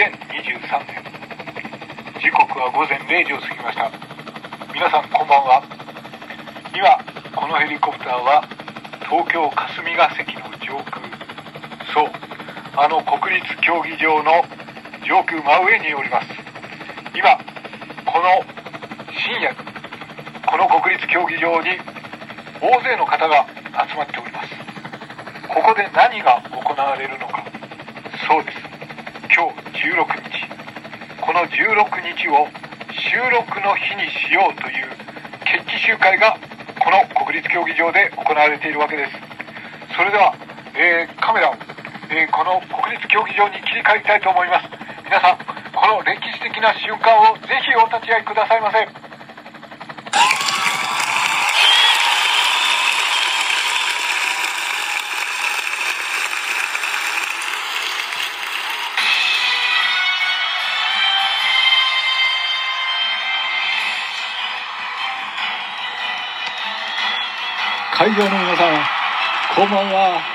2023年、時刻は午前0時を過ぎました。皆さんこんばんは。今このヘリコプターは東京霞が関の上空、そう、あの国立競技場の上空真上におります。今この深夜、この国立競技場に大勢の方が集まっております。ここで何が行われるのか。そうです、今日16日、この16日を収録の日にしようという決起集会がこの国立競技場で行われているわけです。それでは、カメラを、この国立競技場に切り替えたいと思います。皆さん、この歴史的な瞬間をぜひお立ち会いくださいませ。会場の皆さん、こんばんは。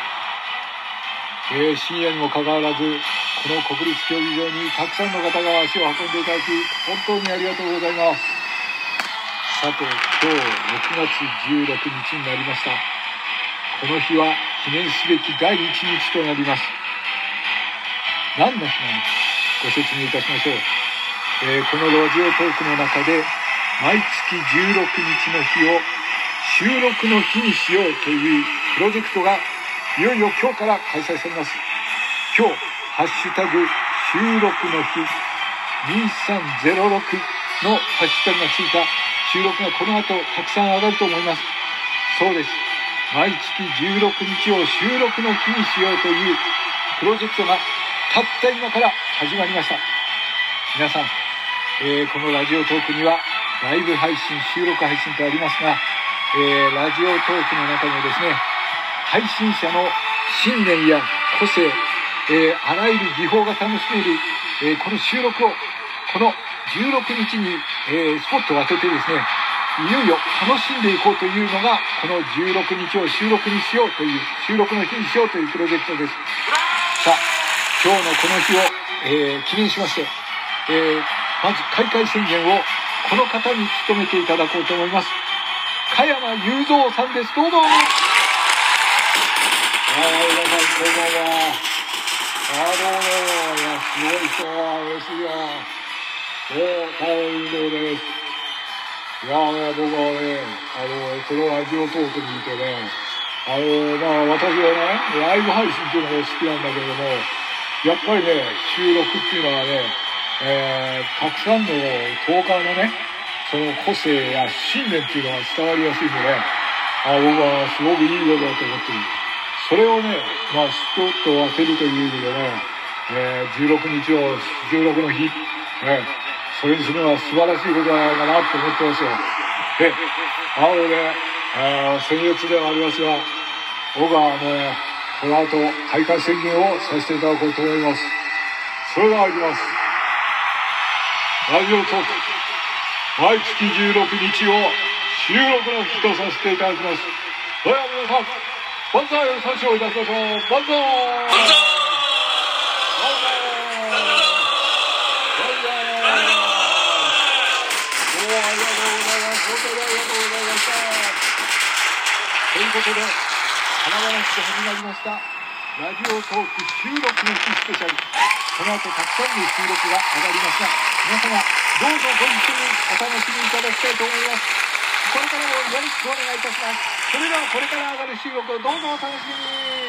深夜にもかかわらず、この国立競技場にたくさんの方が足を運んでいただき、本当にありがとうございます。さて、今日6月16日になりました。この日は記念すべき第1日となります。何の日なのかご説明いたしましょう。このラジオトークの中で、毎月16日の日を収録の日にしようというプロジェクトがいよいよ今日から開催されます。今日ハッシュタグ収録の日2306のハッシュタグがついた収録がこの後たくさん上がると思います。そうです、毎月16日を収録の日にしようというプロジェクトがたった今から始まりました。皆さん、このラジオトークにはライブ配信、収録配信とありますが、ラジオトークの中にはですね、配信者の信念や個性、あらゆる技法が楽しめる、この収録をこの16日に、スポットを当ててですね、いよいよ楽しんでいこうというのがこの16日を収録にしようという、収録の日にしようというプロジェクトです。さあ、今日のこの日を、記念しまして、まず開会宣言をこの方に務めていただこうと思います。加山雄三さんです。どうぞ。皆さんこんばんは。どうも。いや、すごい人は嬉しいわ。加山雄三です。いやね、僕はね、このラジオトークにいてね、私はね、ライブ配信っていうのが好きなんだけれども、やっぱりね、収録っていうのはね、たくさんのトーカーのね、その個性や信念っていうのが伝わりやすいんでね、僕はすごくいいことだと思ってる。それをね、スポットを当てるという意味でね、16日を16の日、それにするのは素晴らしいことじゃないかなと思ってますよ。で、僭越ではありますが、僕はこの後開会宣言をさせていただこうと思います。それではいきます。ラジオトーク毎月16日を収録の日とさせていただきます。それでは皆さん、万歳を参照いたしましょう。万歳。万歳。どうもありがとうございます。本当にありがとうございました。ということで、華々しく始まりましたラジオトーク収録の日スペシャル。この後たくさんの収録が上がりますが、皆様どうぞご一緒にお楽しみいただきたいと思います。これからもよろしくお願いいたします。それではこれから上がる収録をどうぞお楽しみに。